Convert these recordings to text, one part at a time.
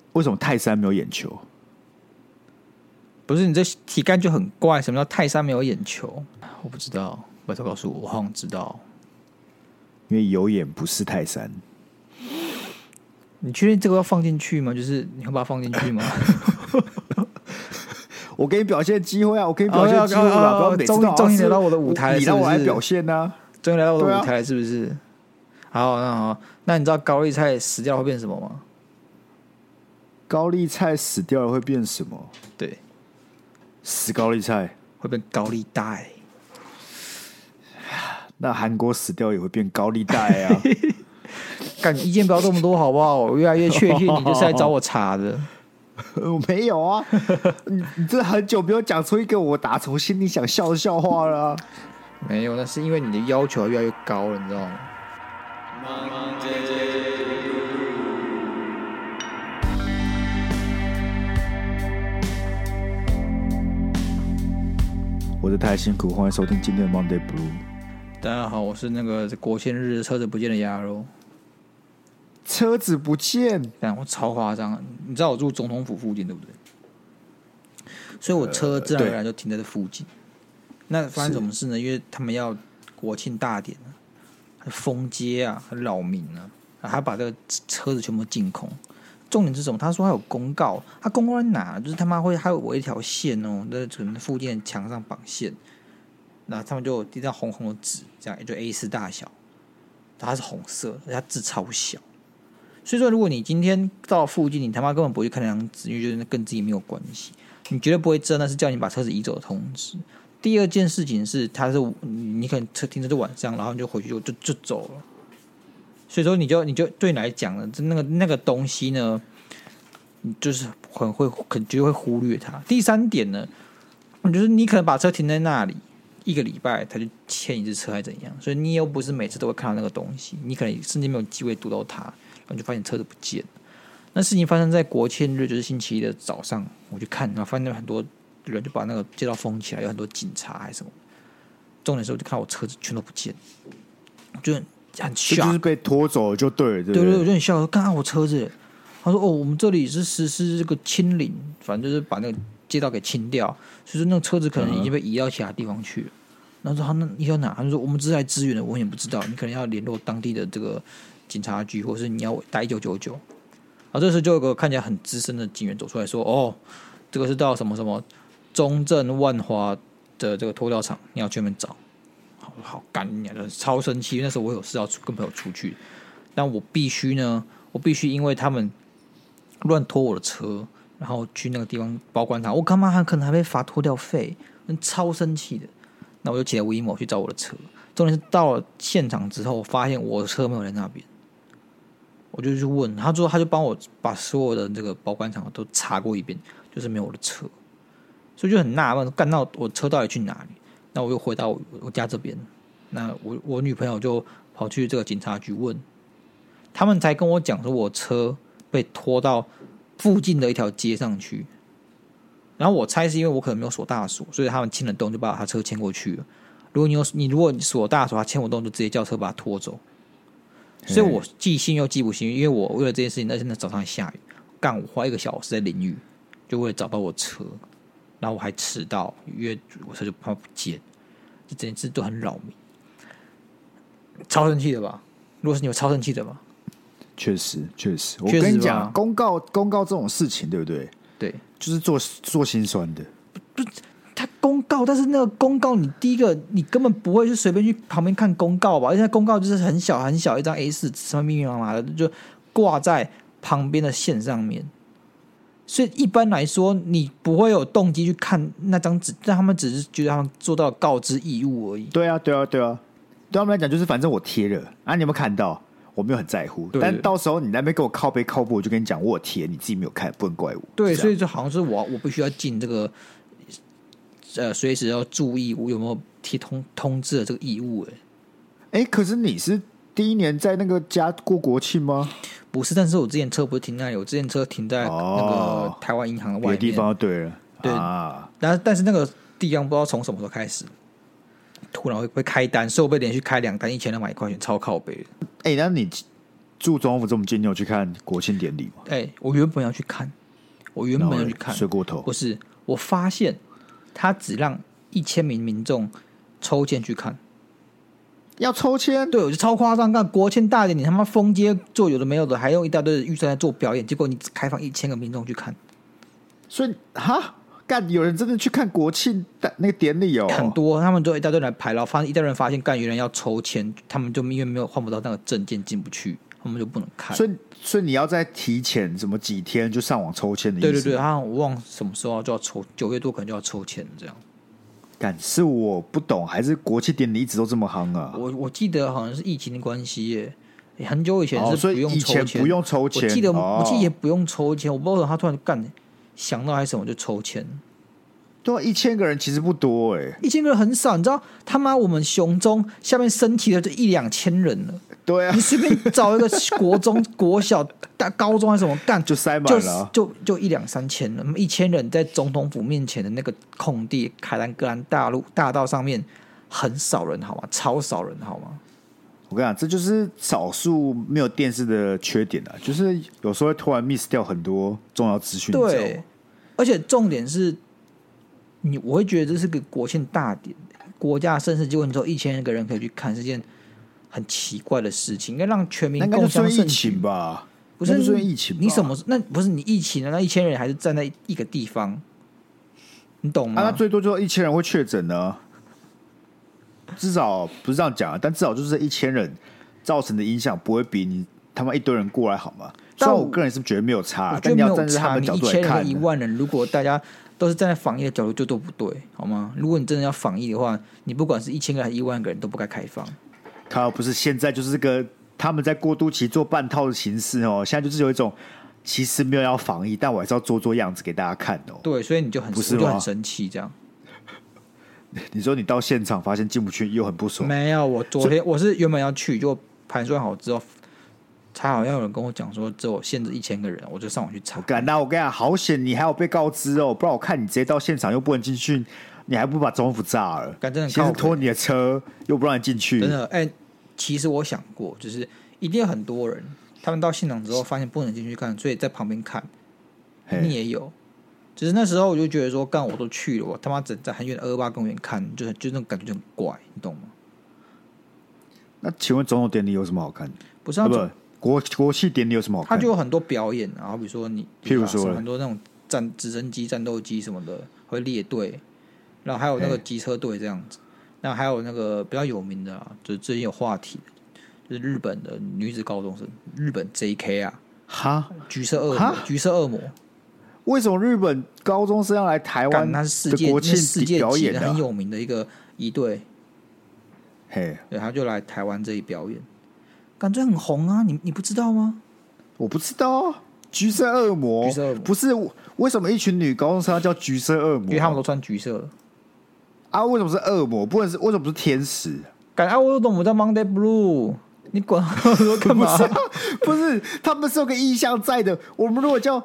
为什么泰山没有眼球？ 不是你这题干就很怪，什么叫泰山没有眼球？我不知道，拜托告诉我，我好像知道。 因为有眼不是泰山。 你确定这个要放进去吗？就是你会把它放进去吗？ 我给你表现机会啊！我给你表现机会吧！不要每次都终于来到我的舞台， 你让我来表现啊！ 终于来到我的舞台，是不是？好，那你知道高丽菜死掉会变什么吗？ 高丽菜死掉了会变什么？ 对， 死高丽菜会变高利贷。 那韩国死掉也会变高利贷啊！ 干，意见不要这么多好不好？我越来越确信你就是来找我茬的。 我没有啊，你这很久没有讲出一个我打从心里想笑的笑话了啊。 没有，那是因为你的要求越来越高了，你知道吗？ 我是太辛苦，欢迎收听今天的 Monday Blue。 大家好，我是那个国庆日车子不见的鸭肉。 车子不见， 但我超夸张，你知道我住总统府附近对不对？所以我车自然而然就停在这附近。那发生什么事呢？因为他们要国庆大典啊，封街啊，扰民啊，他把这个车子全部净空。重点是什么？他说他有公告，他公告在哪？就是他妈会还有我一条线哦，在可能附近的墙上绑线，那他们就一张红红的纸，这样也就 A4 大小，它是红色，而且它字超小。所以说，如果你今天到附近，你他妈根本不会去看那张纸，因为觉得跟自己没有关系，你绝对不会知道那是叫你把车子移走的通知。第二件事情是，它是你可能车停车是晚上，然后你就回去就走了。所以说，你就对你来讲呢，那个东西呢，你就是可能绝对会忽略它。第三点呢，就是你可能把车停在那里1个礼拜，他就牵一次车还怎样，所以你又不是每次都会看到那个东西，你可能甚至没有机会读到它。然后就发现车子不见了。那事情发生在国庆日，就是星期一的早上，我去看，然后发现很多人就把那个街道封起来，有很多警察还是什么。重点是我就看到我车子全都不见，就很吓， 就是被拖走了就对了，对不对？ 对，我就很笑，看看我车子。他说：“哦，我们这里是实施这个清零，反正就是把那个街道给清掉，所以说那个车子可能已经被移到其他地方去了。”然后说：“那移到哪？”他就说：“我们只是来支援的，我也不知道，你可能要联络当地的这个。”警察局，或是你要打1999，这时候就有个看起来很资深的警员走出来说：“哦，这个是到什么什么中正万华的这个拖吊场，你要去那边找。”好干你，超生气！那时候我有事要跟朋友出去，但我必须因为他们乱拖我的车，然后去那个地方保管它，我干嘛可能还被罚拖吊费，超生气的。那我就起来WeMo去找我的车，重点是到了现场之后，我发现我的车没有在那边。我就去问他，说他就帮我把所有的这个保管厂都查过一遍，就是没有我的车，所以就很纳闷，干到我车到底去哪里？那我又回到我家这边，那我女朋友就跑去这个警察局问，他们才跟我讲说我车被拖到附近的一条街上去，然后我猜是因为我可能没有锁大锁，所以他们牵了动就把他车牵过去了。如果你锁大锁，他牵我动就直接叫车把他拖走。所以我既幸又既不幸运，因为我为了这件事情，那天早上下雨，我花1个小时在淋雨，就为了找到我车，然后我还迟到，因为我车就怕不见，这整件事都很扰民，超生气的吧？如果是你，有超生气的吧？ 确实，我跟你讲，公告这种事情，对不对？ 对， 就是做心酸的。 不是他公告，但是那个公告，你第一个你根本不会去随便去旁边看公告吧？而且公告就是很小很小一张 A4， 什么密密麻麻的，就挂在旁边的线上面。所以一般来说，你不会有动机去看那张纸，但他们只是觉得他们做到告知义务而已。 对啊，对他们来讲就是反正我贴了啊，你有没有看到？我没有很在乎，但到时候你那边给我靠背靠步，我就跟你讲我有贴，你自己没有看，不能怪我。 对，所以就好像是我必须要尽这个。随时要注意我有没有贴通知的这个义务。 可是你是第一年在那个家过国庆吗？ 不是，但是我之前车不是停那里，我之前车停在那个台湾银行的外面， 别的地方就对了。 对啊，但是那个地方不知道从什么时候开始，突然会开单，所以我被连续开2单，1200块钱，超靠北的。 那你住总统府这么近，你有去看国庆典礼吗？ 我原本要去看， 睡过头。 不是，我发现他只让1000名民众抽签去看。 要抽签？ 对，我就超夸张！干国庆大典，你他妈封街做有的没有的，还用一大堆的预算在做表演，结果你只开放1000个民众去看。 所以干有人真的去看国庆的那个典礼哦？ 很多，他们就一大堆人排，然后发现一大堆人发现干有人要抽签，他们就因为没有换不到那个证件进不去，他们就不能看。 所以你要在提前什么几天就上网抽签的意思？ 对对对，我忘什么时候就要抽，9月多可能就要抽签这样。 干是我不懂，还是国庆典礼一直都这么夯啊？ 我记得好像是疫情的关系耶，很久以前是不用抽签， 以前不用抽签。 我记得也不用抽签，我不知道为什么他突然干想到还是什么就抽签。 对啊，1000个人其实不多 1000个人很少，你知道他妈我们雄中下面升旗的就1-2千人了。 对啊， 你随便找一个国中、国小、高中还是什么干， 就塞满了， 就1-2-3千人，1000人在总统府面前的那个空地，凯兰格兰大道上面很少人好吗？超少人好吗？ 我跟你讲，这就是少数没有电视的缺点啊，就是有时候会突然 miss 掉很多重要资讯。 对，而且重点是，我会觉得这是个国庆大典，国家盛事，结果你说1000个人可以去看，是件很奇怪的事情，应该让全民共襄盛举吧？ 不是因为疫情吧？ 你什么？那不是你疫情啊？那1000人还是站在一个地方，你懂吗？ 那最多就1000人会确诊呢。至少不是这样讲，但至少就是1000人造成的影响不会比你他妈一堆人过来好吗？虽然我个人是觉得没有差，但你要站在他们角度来看， 你1000人1万人，如果大家都是站在防疫的角度，就都不对，好吗？如果你真的要防疫的话，你不管是1000个还是1万个人都不该开放。 他不是现在就是这个他们在过渡期做半套的形式哦，现在就是有一种其实没有要防疫，但我还是要做样子给大家看哦。 对，所以你就很就很生气这样。 你说你到现场发现进不去，又很不爽。 没有，我昨天我是原本要去，就盘算好之后，才好像有人跟我讲说只有限制1000个人，我就上网去查。 那我跟你讲，好险你还有被告知哦，不然我看你直接到现场又不能进去，你还不把总统府炸了？ 真的先是拖你的车，又不让你进去。 真的，其实我想过，就是一定有很多人，他们到现场之后发现不能进去看，所以在旁边看。你也有。只是那时候我就觉得说，干我都去了，我他妈只在很远的228公园看，就那种感觉就很怪，你懂吗？ 那请问总统典礼有什么好看的？ 不是国庆典礼有什么好看的？ 它就有很多表演，然后比如说譬如说很多那种直升机、战斗机什么的会列队，然后还有那个机车队这样子，那还有那个比较有名的就是最近有话题的，就是日本的女子高中生，日本 JK 啊，橘色恶魔。 为什么日本高中生要来台湾？ 那是世界表演的很有名的一个仪队， 对， 他就来台湾这里表演，感觉很红啊！你不知道吗？ 我不知道，橘色恶魔不是为什么一群女高中生要叫橘色恶魔？ 因为他们都穿橘色啊！为什么是恶魔？为什么不是天使？ 我怎么叫 Monday Blue？ 你管我干嘛？ 不是，他们是有个意向在的。我们如果叫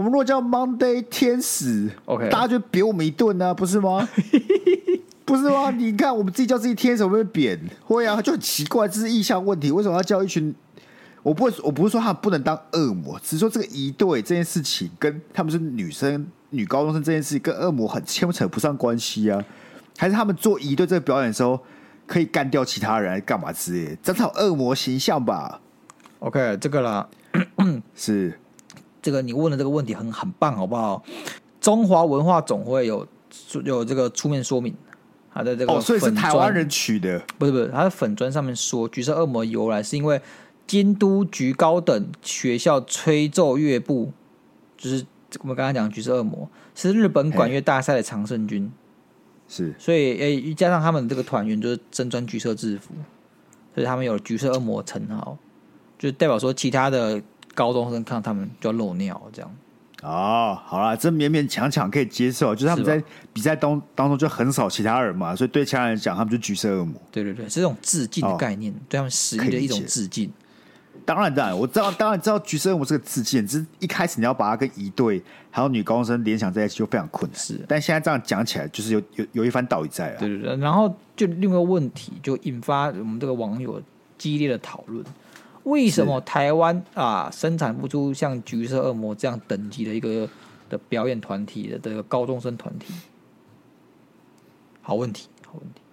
Monday 天使 ，OK， 大家就扁我们一顿啊，不是吗？不是吗？你看我们自己叫自己天使，会不会扁？会啊，就很奇怪，这是意向问题。为什么要叫一群？我不是说他们不能当恶魔，只是说这个仪队这件事情跟他们是女高中生这件事情跟恶魔很牵扯不上关系啊。还是他们做仪队这个表演的时候可以干掉其他人，还干嘛之类的？这才有恶魔形象吧 ？OK， 这个啦， 是。 这个你问的这个问题很棒，好不好？中华文化总会有这个出面说明，他的这个所以是台湾人取的， 不是，他的粉专上面说，橘色恶魔由来是因为京都橘高等学校吹奏乐部，就是我们刚刚讲橘色恶魔是日本管乐大赛的常胜军， 是， 所以加上他们这个团员就是身穿橘色制服，所以他们有橘色恶魔称号，就代表说其他的高中生看到他们就要漏尿这样。 好啦，这勉勉强强可以接受，就是他们在比赛当中就很少其他人嘛，所以对其他人讲，他们就橘色恶魔。对， 是这种致敬的概念，对他们实力的一种致敬。 当然，我当然知道橘色恶魔是个致敬，只是一开始你要把它跟仪队还有女高中生联想在一起就非常困难。 是， 但现在这样讲起来，就是有一番道理在啊。 对，然后就另外一个问题就引发我们这个网友激烈的讨论。 为什么台湾生产不出像橘色恶魔这样等级的一个的表演团体的这个高中生团体？好问题，好问题。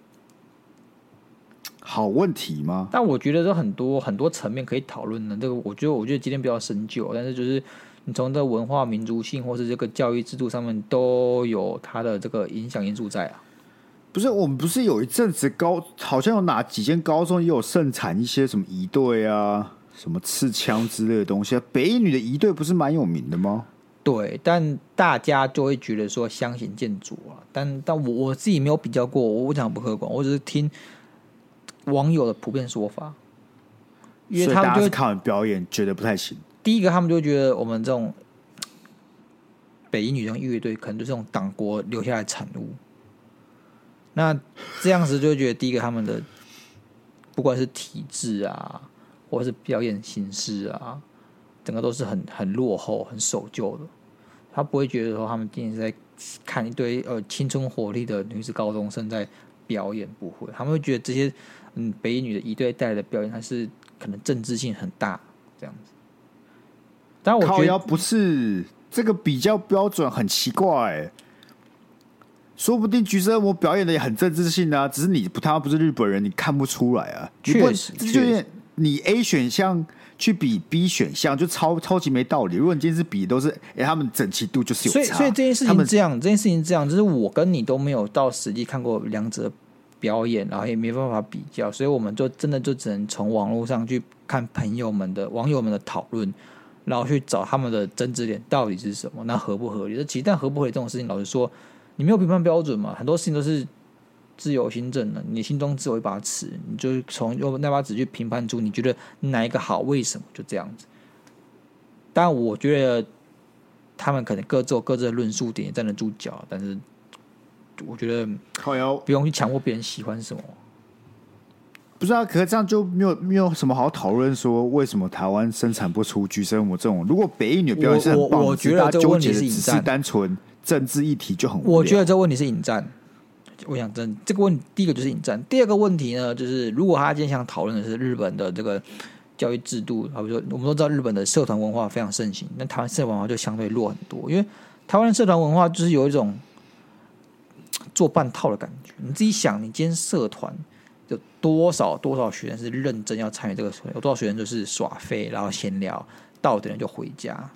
好问题吗？ 但我觉得这很多层面可以讨论的。这个我觉得今天比较深究，但是就是你从这文化民族性或是这个教育制度上面都有它的这个影响因素在啊。 不是，我们不是有一阵子好像有哪几间高中也有盛产一些什么仪队啊，什么刺枪之类的东西啊。北一女的仪队不是蛮有名的吗？ 对，但大家就会觉得说相形见绌啊。但我自己没有比较过，我讲不客观，我只是听网友的普遍说法，因为他们所以大家是看完表演觉得不太行。 第一个，他们就会觉得我们这种北一女生乐队可能就是这种党国留下来的产物。那这样子就会觉得，第一个他们的不管是体制啊，或者是表演形式啊，整个都是很落后、很守旧的。他不会觉得说他们今天是在看一堆青春活力的女子高中生在表演，不会，他们会觉得这些北一女的一队带来的表演，它是可能政治性很大这样子。但我觉得靠腰不是这个比较标准，很奇怪欸。说不定橘色恶魔表演的也很政治性啊，只是他不是日本人，你看不出来啊。 确实， 这就是你 A 选项去比 B 选项，就超级没道理。如果你今天是比都是，他们整齐度就是有差。 所以这件事情这样，就是我跟你都没有到实际看过两者表演，然后也没办法比较，所以我们就真的就只能从网络上去看网友们的讨论，然后去找他们的争执点到底是什么，那合不合理？其实但合不合理这种事情，老实说，你没有评判标准嘛，很多事情都是自由心证的，你心中自有一把尺，你就从用那把尺去评判出你觉得哪一个好，为什么，就这样子。当然，我觉得他们可能各自有各自的论述点，也站得住脚，但是我觉得不用去强迫别人喜欢什么。 不是啊，可是这样就没有什么好讨论，说为什么台湾生产不出橘色恶魔这种？如果北一女表演是很棒的， 我觉得这个问题是引战， 只是单纯政治议题就很无聊。 我觉得这个问题是引战。我想这个问题，第一个就是引战，第二个问题呢，就是如果他今天想讨论的是日本的这个教育制度，好比说我们都知道日本的社团文化非常盛行，那台湾社团文化就相对弱很多，因为台湾的社团文化就是有一种做半套的感觉。你自己想，你今天社团有多少学生是认真要参与这个社团，有多少学生就是耍废，然后闲聊，到点了就回家。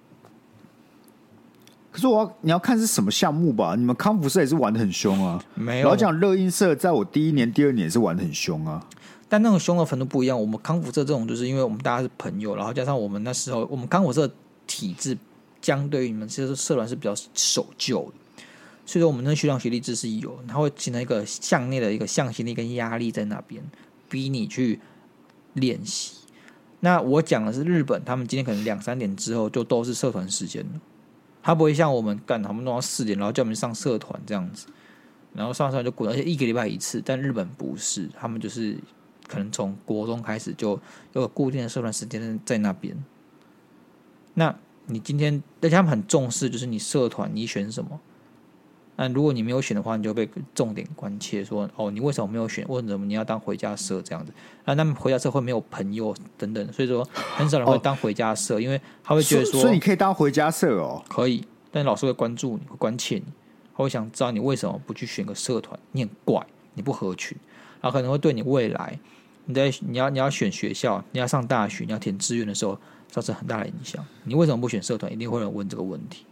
可是你要看是什么项目吧？你们康复社也是玩得很凶啊。 没有， 老讲热音社，在我第一年、第二年也是玩得很凶啊。 但那种凶的程度不一样。我们康复社这种，就是因为我们大家是朋友，然后加上我们那时候，我们康复社体制相对于你们这些社团是比较守旧的，所以说我们那学长学弟制是有，它会形成一个向内的一个向心力跟压力在那边，逼你去练习。那我讲的是日本，他们今天可能2-3点之后就都是社团时间了。他不会像我们干，他们弄到4点，然后叫我们上社团这样子，然后上社团就滚，而且1个礼拜1次。但日本不是，他们就是可能从国中开始就有固定的社团时间在那边。那你今天，而且他们很重视，就是你社团你选什么。那如果你没有选的话，你就被重点关切说，哦，你为什么没有选？为什么你要当回家社这样子？那他们回家社会没有朋友等等，所以说很少人会当回家社，因为他会觉得说， 所以你可以当回家社哦， 可以，但老师会关注你，会关切你，他会想知道你为什么不去选个社团，你很怪，你不合群，然后可能会对你未来你要选学校，你要上大学，你要填志愿的时候造成很大的影响。你为什么不选社团？一定会有人问这个问题。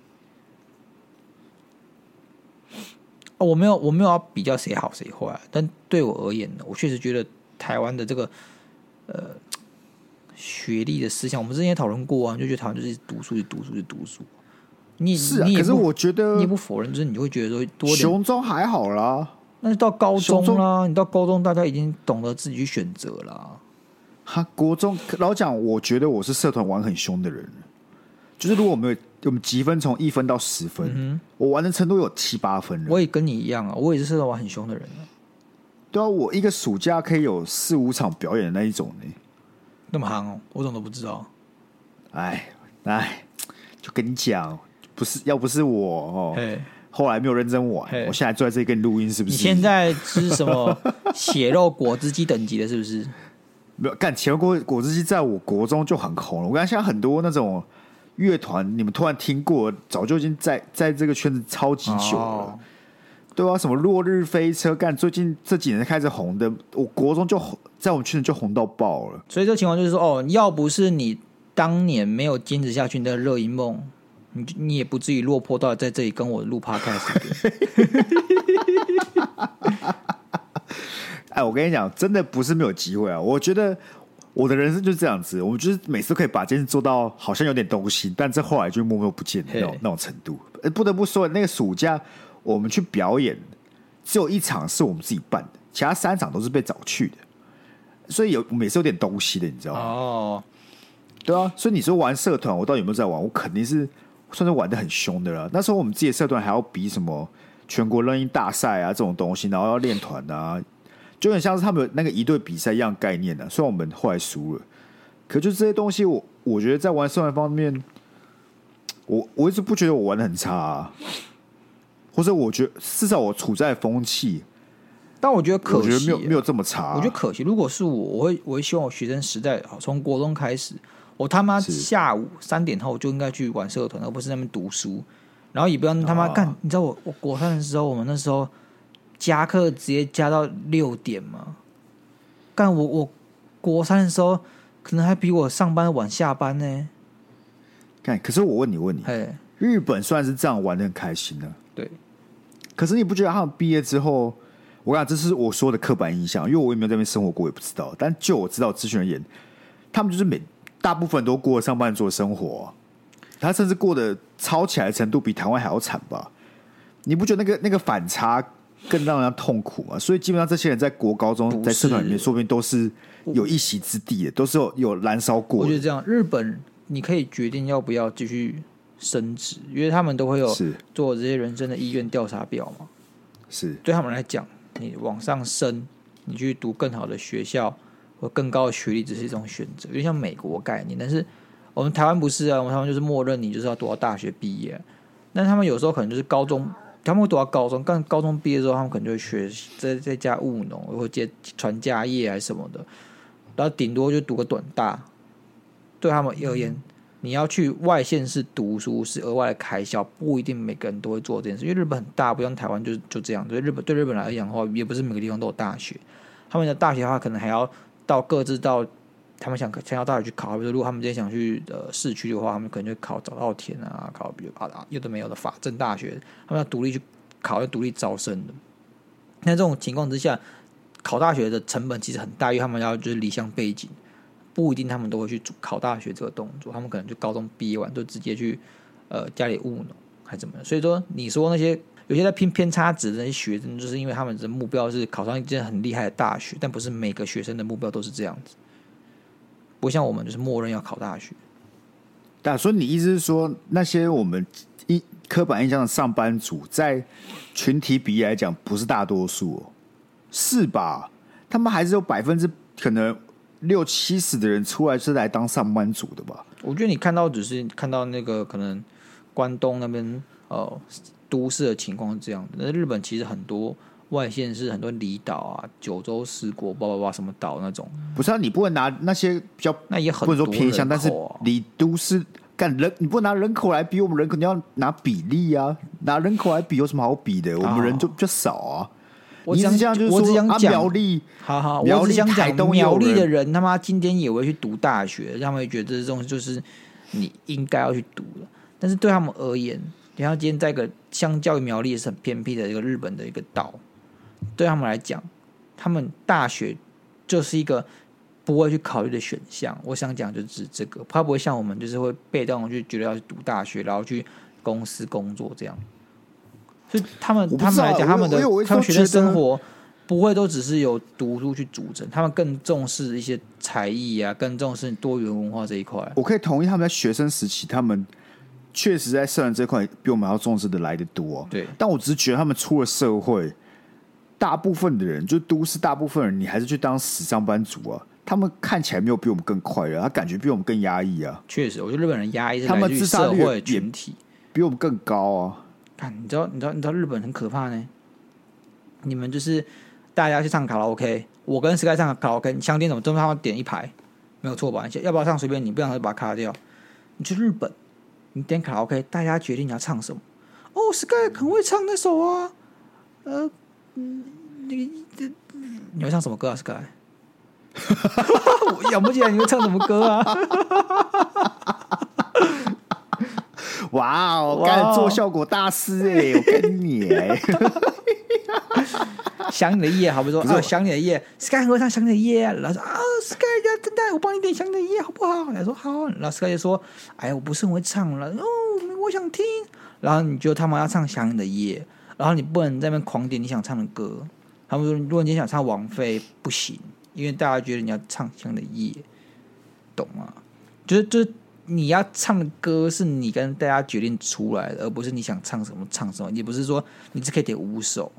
我没有要比较谁好谁坏，但对我而言呢，我确实觉得台湾的这个学历的思想，我们之前也讨论过啊，就觉得台湾就是读书。 是啊，可是我觉得你也不否认，就是你会觉得说多点雄中还好啦， 那就到高中啦，你到高中大家已经懂得自己去选择啦。 国中老讲，我觉得我是社团玩很凶的人，就是如果我们积分从1分到10分，我玩的程度有7-8分了。 我也跟你一样啊，我也是社团玩很凶的人啊。 对啊，我一个暑假可以有4-5场表演的那一种呢。 那么夯哦，我怎么都不知道。 哎，就跟你讲，要不是我后来没有认真玩，我现在坐在这里跟你录音，是不是？ 你现在是什么血肉果汁机等级的，是不是？ 没有干奇怪果汁机，在我国中就很红了。我看现在很多那种乐团，你们突然听过，早就已经在这个圈子超级久了。哦，对啊，什么落日飞车，干最近这几年开始红的，我国中就在我们圈子就红到爆了。 所以这情况就是说，哦，要不是你当年没有坚持下去你的热音梦，你也不至于落魄到在这里跟我录 podcast。 哎，我跟你讲，真的不是没有机会啊！我觉得我的人生就是这样子，我就是每次都可以把这件事做到好像有点东西，但这后来就默默不见的那种程度。不得不说，那个暑假我们去表演，只有1场是我们自己办的，其他3场都是被找去的，所以每次有点东西的，你知道吗？哦，对啊，所以你说玩社团，我到底有没有在玩？我肯定是算是玩的很凶的了。那时候我们自己的社团还要比什么全国认音大赛啊这种东西，然后要练团啊。就很像是他们那个一队比赛一样概念的，虽然我们后来输了，可就这些东西我觉得在玩社团方面，我一直不觉得我玩的很差啊，或者我觉得至少我处在风气， 但我觉得可惜， 我觉得没有这么差啊。 我觉得可惜，如果是我会希望我学生时代从国中开始，我他妈下午3点后就应该去玩社团，而不是在那边读书，然后也不要他妈干。你知道我国3的时候，我们那时候加课直接加到6点嘛，干我国3的时候可能还比我上班晚下班呢。 干，可是我问你，日本虽然是这样玩的很开心呢， 对， 可是你不觉得他们毕业之后，我讲这是我说的刻板印象，因为我也没有在那边生活过，我也不知道。但就我知道资讯而言，他们就是大部分都过上班族的生活啊，他甚至过得超起来的程度比台湾还要惨吧？你不觉得那个反差更让人痛苦吗？所以基本上这些人在国高中在社团里面，说不定都是有一席之地的，都是有燃烧过的。 我觉得这样，日本你可以决定要不要继续升职，因为他们都会有做这些人生的意愿调查表嘛。 是对他们来讲，你往上升，你去读更好的学校或更高的学历，只是一种选择，有点像美国概念。但是我们台湾不是啊，我们台湾就是默认你就是要读到大学毕业，但他们有时候可能就是高中。他们会读到高中，但高中毕业之后，他们可能就会学在家务农，或者传家业还是什么的，然后顶多就读个短大。对他们而言，你要去外县市读书是额外的开销，不一定每个人都会做这件事。因为日本很大，不像台湾就这样。对日本来讲的话，也不是每个地方都有大学。他们的大学的话，可能还要各自到他们想要大学去考。比如说，如果他们今天想去市区的话，他们可能就考早稻田啊，考比如有的没有的法政大学，他们要独立去考，要独立招生的。那这种情况之下，考大学的成本其实很大，因为他们要就是离乡背景，不一定他们都会去考大学这个动作，他们可能就高中毕业完就直接去家里务农还怎么样。所以说，你说那些有些在偏差值的那些学生，就是因为他们的目标是考上一间很厉害的大学，但不是每个学生的目标都是这样子。不像我们就是默认要考大学。 但所以你意思是说，那些我们刻板印象的上班族，在群体比例来讲不是大多数哦，是吧？他们还是有可能60-70%的人出来是来当上班族的吧？ 我觉得你看到只是看到那个可能关东那边都市的情况是这样的，但是日本其实很多。外县市很多离岛啊，九州四国，什么岛那种。 不是啊，你不能拿那些比较， 那也很不能说偏向，但是离都市干人，你不能拿人口来比我们人口，你要拿比例啊，拿人口来比有什么好比的？我们人就比较少啊。你是这样就是说苗栗， 好，我只想讲苗栗的人，他妈今天也会去读大学，他们会觉得这种就是你应该要去读的，但是对他们而言，你看今天在一个相较于苗栗是很偏僻的一个日本的一个岛。对他们来讲，他们大学就是一个不会去考虑的选项。我想讲就是这个，他不会像我们就是会被动去觉得要去读大学，然后去公司工作这样。所以他们来讲，他们学生生活不会都只是有读书去组成，他们更重视一些才艺啊，更重视多元文化这一块。 我可以同意，他们在学生时期，他们确实在社团这块比我们要重视的来得多。 对， 但我只是觉得他们出了社会。大部分的人，就都市大部分人，你还是去当死上班族啊。他们看起来没有比我们更快乐，他感觉比我们更压抑啊。 确实，我觉得日本人压抑是来自于社会群体， 比我们更高啊。 你知道日本很可怕呢。你们就是大家去唱卡拉 OK， 我跟 Sky 唱卡拉 OK， 你想点什么，都他们点一排，没有错吧？要不要唱随便你，不想就把它卡掉。你去日本，你点卡拉 OK， 大家决定你要唱什么。哦 ，Sky 很会唱那首啊，你会唱什么歌啊 ，Sky？ 我想不起来你会唱什么歌啊？ 哇哦，干做效果大师哎、我跟你哎、 想你的夜，好比说啊，想你的夜 ，Sky 很会唱想你的夜，然后说啊 ，Sky 真的，我帮你点想你的夜好不好？然后说好，然后 Sky 就说，哎，我不是很会唱了，哦，我想听。然后你就他们要唱想你的夜，然后你不能在那边狂点你想唱的歌。他们说，如果你今天想唱王菲，不行，因为大家觉得你要唱想你的夜，懂吗？就是你要唱的歌是你跟大家决定出来的，而不是你想唱什么唱什么，也不是说你只可以点5首。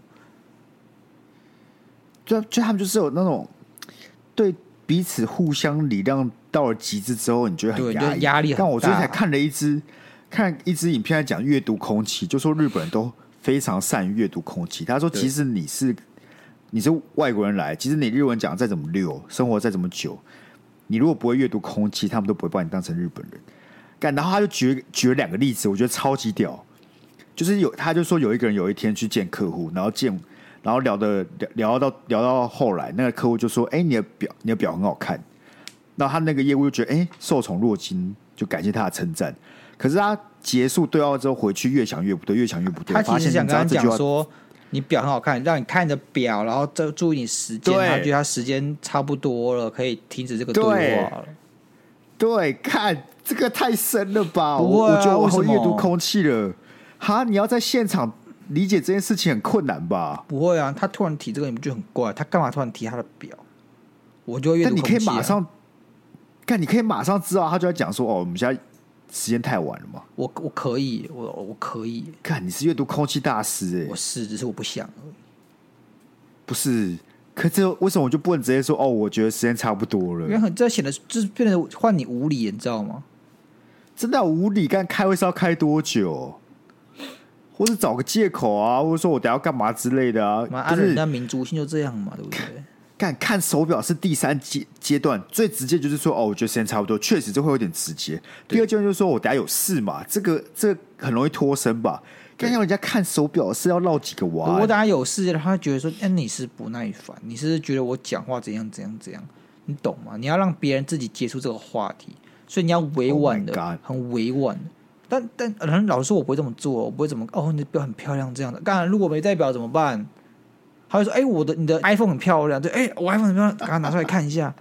就他们就是有那种对彼此互相礼让到了极致之后，你觉得很压力很大。 但我最近才看一支影片，在讲阅读空气，就说日本人都非常善于阅读空气。他说，即使你是外国人来，其实你日文讲再怎么溜，生活再怎么久，你如果不会阅读空气，他们都不会把你当成日本人。然后他就举了2个例子，我觉得超级屌。就是他就说有一个人有一天去见客户，然后聊到后来，那个客户就说：“哎、你的表很好看。”然后他那个业务就觉得：“哎、受宠若惊，就感谢他的称赞。”可是他结束对话之后回去，越想越不对，越想越不对。 他其实想跟他讲说，你表很好看，让你看你的表，然后注意你时间。他觉得他时间差不多了，可以停止这个对话了。 对，看这个太深了吧？ 不会啊， 我觉得我会阅读空气了。哈，你要在现场理解这件事情很困难吧？ 不会啊，他突然提这个，你不觉得很怪？他干嘛突然提他的表？我就会阅读空气、啊。 但你可以马上，你可以马上知道，他就在讲说：“哦，我们现在时间太晚了嘛。” 我可以，我可以。 看你是阅读空气大师我是，只是我不想而已。 不是，可这为什么我就不能直接说哦？我觉得时间差不多了。 因为这显得就是变得换你无理，你知道吗？ 真的无理，干开会是要开多久？或者找个借口啊，或者说我等一下要干嘛之类的啊。 按人家民族性就这样嘛，对不对？ 看手表是第3阶段，最直接就是说哦，我觉得时间差不多，确实这会有点直接。第2阶段就是说我等一下有事嘛，这个很容易脱身吧。刚要人家看手表是要绕几个弯。 我等下有事，他会觉得说，你是不耐烦，你是觉得我讲话怎样怎样怎样，你懂吗？你要让别人自己接触这个话题，所以你要委婉的，很委婉的。但老实说，我不会这么做，我不会怎么哦，你的表很漂亮这样的。当然，如果没戴表怎么办？他会说，你的 iPhone 很漂亮，对，我 iPhone 很漂亮，赶快拿出来看一下。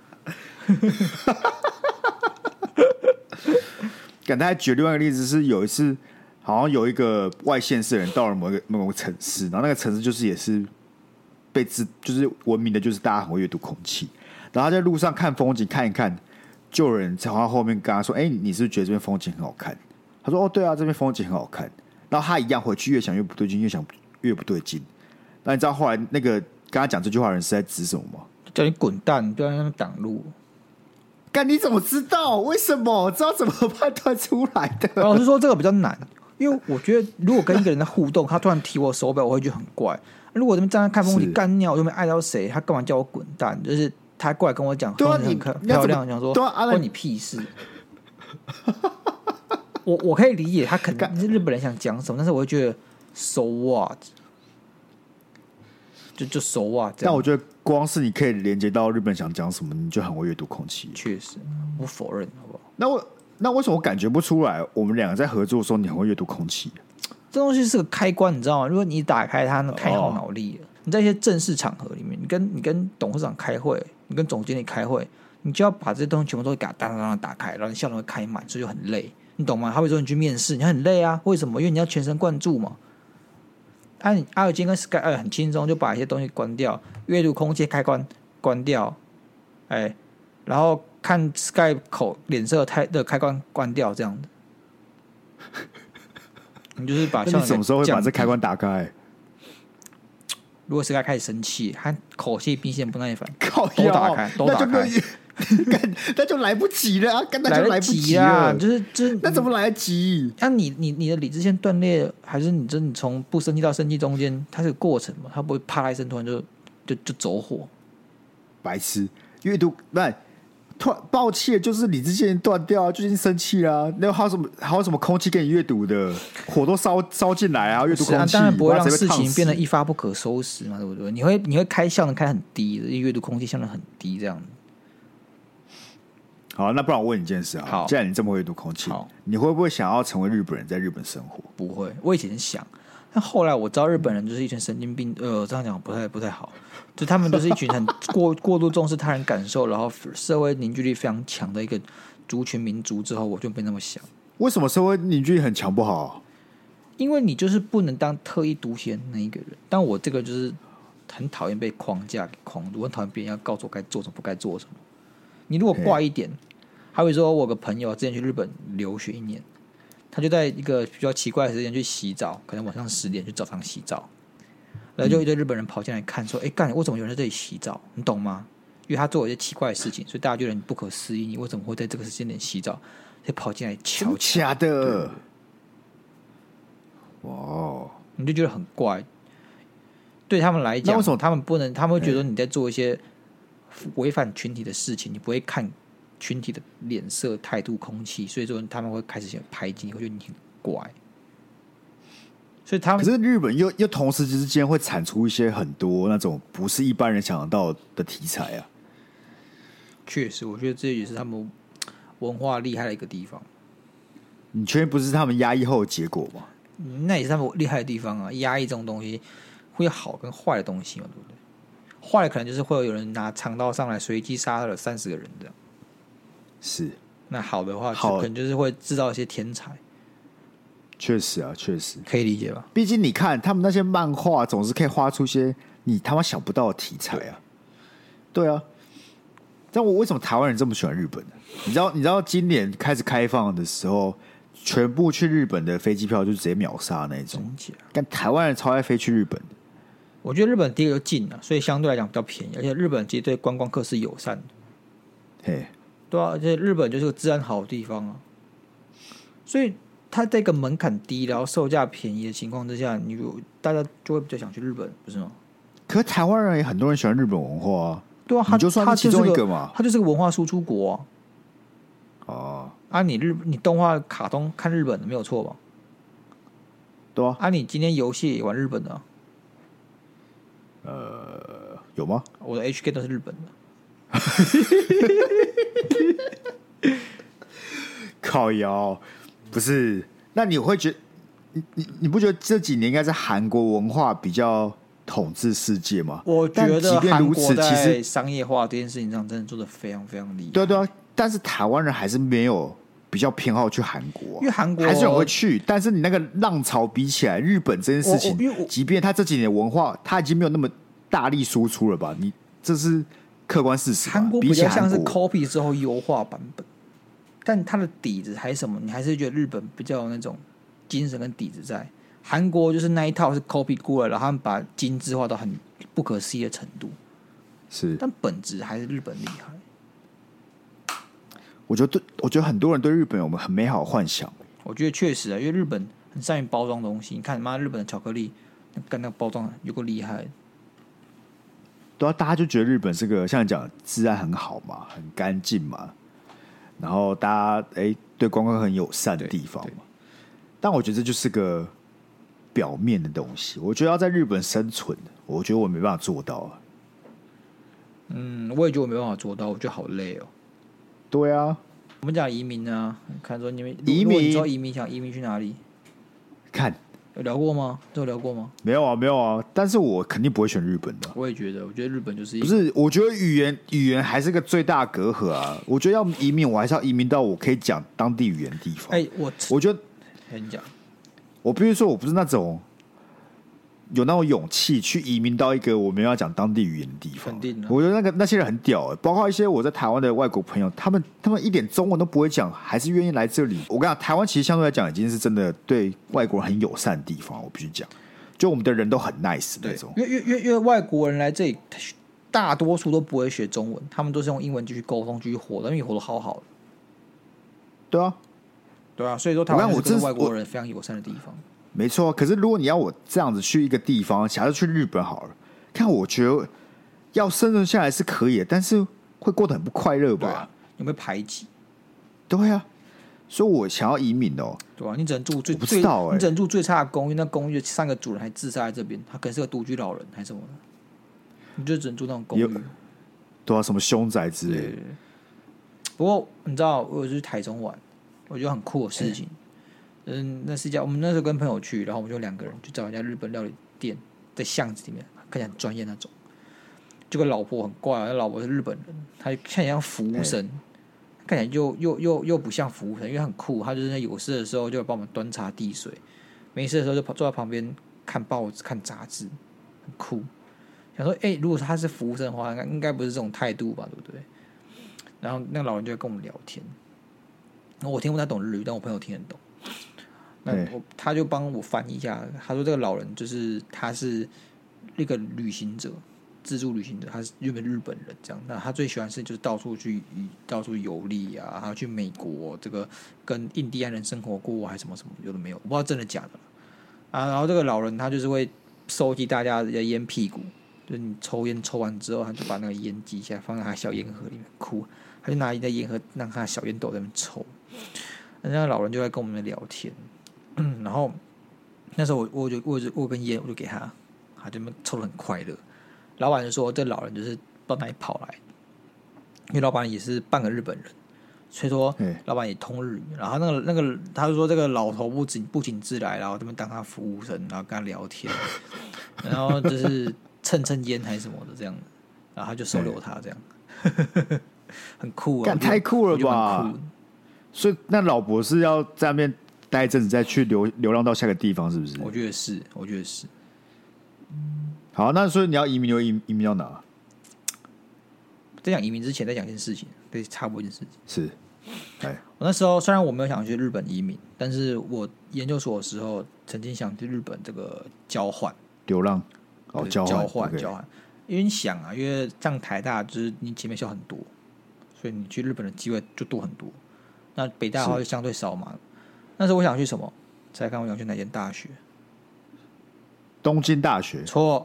他还举另外一个例子是，有一次好像有一个外县市人到了某个城市，然后那个城市就是也是就是闻名的，就是大家很会阅读空气。然后他在路上看风景看一看，就有人在后面跟他说：“你是不是觉得这边风景很好看？”他说：“哦，对啊，这边风景很好看。”然后他一样回去越想越不对劲，越想越不对劲。那你知道后来那个跟他讲这句话的人是在指什么吗？ 叫你滚蛋，不要在那边挡路。 干，你怎么知道？为什么？知道怎么判断出来的？ 老实说，这个比较难，因为我觉得如果跟一个人在互动，他突然提我手表，我会觉得很怪。如果我这边站在看风景干尿，我又没爱到谁，他干嘛叫我滚蛋？就是他过来跟我讲， 对啊， 你很漂亮，讲说关你屁事。我可以理解他可能是日本人想讲什么，但是我会觉得 so what， 就 so what。 但我觉得光是你可以连接到日本人想讲什么，你就很会阅读空气。 确实，我否认，好不好？ 那为什么我感觉不出来？我们两个在合作的时候，你很会阅读空气。 这东西是个开关，你知道吗？如果你打开它，那太耗脑力了。你在一些正式场合里面，你跟董事长开会，你跟总经理开会，你就要把这些东西全部都给它当当打开，然后你效能会开满，所以就很累。你懂吗？好比说你去面试，你很累啊，为什么？因为你要全神贯注嘛。阿尔金跟 Sky 很轻松，就把一些东西关掉，阅读空气开关关掉，然后看 Sky 脸色的开关关掉，这样的。你就是把效能。 你什么时候会把这开关打开？ 如果 Sky 开始生气，他口气明显不耐烦， 都打开，都打开。 那就来不及了啊！那就来不及了，就是那怎么来得及？ 那你的理智线断裂，还是你从不生气到生气中间，它是个过程嘛？它不会啪啦一声突然就就走火。 白痴，阅读不突然爆气了，就是理智线断掉，就已经生气了、啊。那还有什么空气给你阅读的？火都烧进来啊！阅读空气， 当然不会让事情变得一发不可收拾嘛，对不对？你会开效能开很低的，阅读空气效能很低这样子。 好，那不然我问你一件事啊，既然你这么会阅读空气，你会不会想要成为日本人，在日本生活？ 不会，我以前想，但后来我知道日本人就是一群神经病，这样讲不太好。就他们就是一群很过度重视他人感受，然后社会凝聚力非常强的一个族群民族之后，我就没那么想。 为什么社会凝聚力很强不好、啊？ 因为你就是不能当特立独行的那一个人。但我这个就是很讨厌被框架给框住，很讨厌别人要告诉我该做什么不该做什么。你如果怪一点，好比说我有个朋友之前去日本留学1年，他就在一个比较奇怪的时间去洗澡，可能晚上10点去澡堂洗澡。然后就一堆日本人跑进来看，说：“哎，干，为什么有人在这里洗澡？你懂吗？因为他做了一些奇怪的事情，所以大家觉得很不可思议。你为什么会在这个时间点洗澡？所以跑进来瞧。” 假的，哇！ 你就觉得很怪。对他们来讲， 为什么他们不能？他们会觉得你在做一些违反群体的事情，你不会看群体的脸色、态度、空气，所以说他们会开始排挤你，会觉得你很怪。所以他们可是日本又同时之间会产出一些很多那种不是一般人想得到的题材啊。 确实，我觉得这也是他们文化厉害的一个地方。 你确定不是他们压抑后的结果吗？ 那也是他们厉害的地方啊！压抑这种东西会有好跟坏的东西嘛，对不对？坏的可能就是会有人拿长刀上来随机杀了30个人这样。 是。 那好的话，可能就是会制造一些天才。 确实啊，确实可以理解吧？ 毕竟你看他们那些漫画，总是可以画出些你他妈想不到的题材啊。对啊，但我为什么台湾人这么喜欢日本呢？你知道今年开始开放的时候，全部去日本的飞机票就直接秒杀那种。但台湾人超爱飞去日本的。 我觉得日本第一个就近了，所以相对来讲比较便宜，而且日本其实对观光客是友善的。 嘿， 对啊，而且日本就是个治安好的地方啊，所以它在一个门槛低，然后售价便宜的情况之下，大家就会比较想去日本，不是吗？ 可是台湾人也很多人喜欢日本文化啊。 对啊， 你就算是其中一个嘛， 它就是个文化输出国啊。 哦， 啊，你动画卡通看日本的没有错吧？ 对啊。 啊，你今天游戏也玩日本的、啊？ 有吗？ 我的 HK 都是日本的。 靠腰，不是？那你会觉得你不觉得这几年应该是韩国文化比较统治世界吗？ 我觉得韩国其实商业化这件事情上真的做得非常非常厉害。 对啊，但是台湾人还是没有比较偏好去韩国、啊， 因为韩国还是有人会去，但是你那个浪潮比起来，日本这件事情，即便他这几年文化，他已经没有那么大力输出了吧？你这是客观事实。 韩国比较像是 copy 之后优化版本，但它的底子还是什么？你还是觉得日本比较有那种精神跟底子在。韩国就是那一套是 copy 过来，然后他们把精致化到很不可思议的程度。 是， 但本质还是日本厉害。 我觉得很多人对日本有很美好的幻想。 我觉得确实啊，因为日本很善于包装东西。你看，妈，日本的巧克力，干那个包装有够厉害。 对啊，大家就觉得日本是个像你讲治安很好嘛，很干净嘛，然后大家对观光很友善的地方嘛。但我觉得这就是个表面的东西。我觉得要在日本生存，我觉得我没办法做到啊。 我也觉得我没办法做到，我觉得好累哦。 对啊， 我们讲移民啊，看说你们移民， 你知道移民想移民去哪里？ 看有聊过吗？有聊过吗？ 没有啊，但是我肯定不会选日本的。 我也觉得，我觉得日本就是不是，我觉得语言还是个最大的隔阂啊。我觉得要移民，我还是要移民到我可以讲当地语言的地方。我觉得跟你讲， 我必须说，我不是那种有那种勇气去移民到一个我没有要讲当地语言的地方。 肯定的， 我觉得那些人很屌包括一些我在台湾的外国朋友，他们一点中文都不会讲，还是愿意来这里。我跟你讲，台湾其实相对来讲已经是真的对外国人很友善的地方。我必须讲，就我们的人都很 nice 那种。 因为外国人来这里，大多数都不会学中文，他们都是用英文继续沟通、继续活的，因为活得好好的。对啊，所以说台湾是跟外国人非常友善的地方。 没错，可是如果你要我这样子去一个地方，假如去日本好了，看我觉得要生存下来是可以的，但是会过得很不快乐吧？ 啊，有没有排挤？ 对啊，所以我想要移民哦。 对啊，你只能住我不知道你只能住最差的公寓，那公寓3个主人还自杀在这边，他可能是个独居老人还是什么的，你就只能住那种公寓。 对啊，什么凶宅之类的。 不过你知道，我有去台中玩，我觉得很酷的事情。那是一家我们那时候跟朋友去，然后我们就2个人去找一家日本料理店，在巷子里面，看起来很专业那种。这个老婆很怪，那老婆是日本人，她看起来像服务生，看起来又不像服务生，因为很酷。她就是有事的时候就帮我们端茶递水，没事的时候就坐在旁边看报纸、看杂志，很酷。想说，如果他是服务生的话，应该不是这种态度吧，对不对？然后那个老人就会跟我们聊天，我听不太懂日语，但我朋友听得懂。他就帮我翻译一下，他说这个老人就是他是一个旅行者，自助旅行者，他是日本人这样。那他最喜欢是就是到处游历啊，还有去美国这个跟印第安人生活过，还是什么什么有的没有，我不知道真的假的啊。然后这个老人他就是会收集大家的烟屁股，就是你抽烟抽完之后，他就把那个烟机起来放在他小烟盒里面，酷，他就拿一袋烟盒让他小烟斗在那边抽。那个老人就在跟我们聊天。然后那时候我跟烟我就给他，他就抽得很快乐。老板就说这老人就是不知道哪里跑来，因为老板也是半个日本人，所以说老板也通日语。然后那个他就说这个老头不请自来，然后这边当他服务生，然后跟他聊天，然后就是蹭烟还是什么的这样，然后他就收留他这样，很酷啊！ 干太酷了吧！所以那老伯是要在那边待一阵子，再去流浪到下个地方，是不是？ 我觉得是。 好，那所以你要移民，就移民到哪？ 在讲移民之前，再讲一件事情，对，差不多一件事情。 是， 我那时候虽然我没有想去日本移民，但是我研究所的时候曾经想去日本这个交换、 流浪，交换， 因为你想啊，因为上台大就是你前面校很多，所以你去日本的机会就多很多。那北大的话就相对少嘛。那时候我想去什么？猜看我想去哪间大学？ 东京大学？ 错。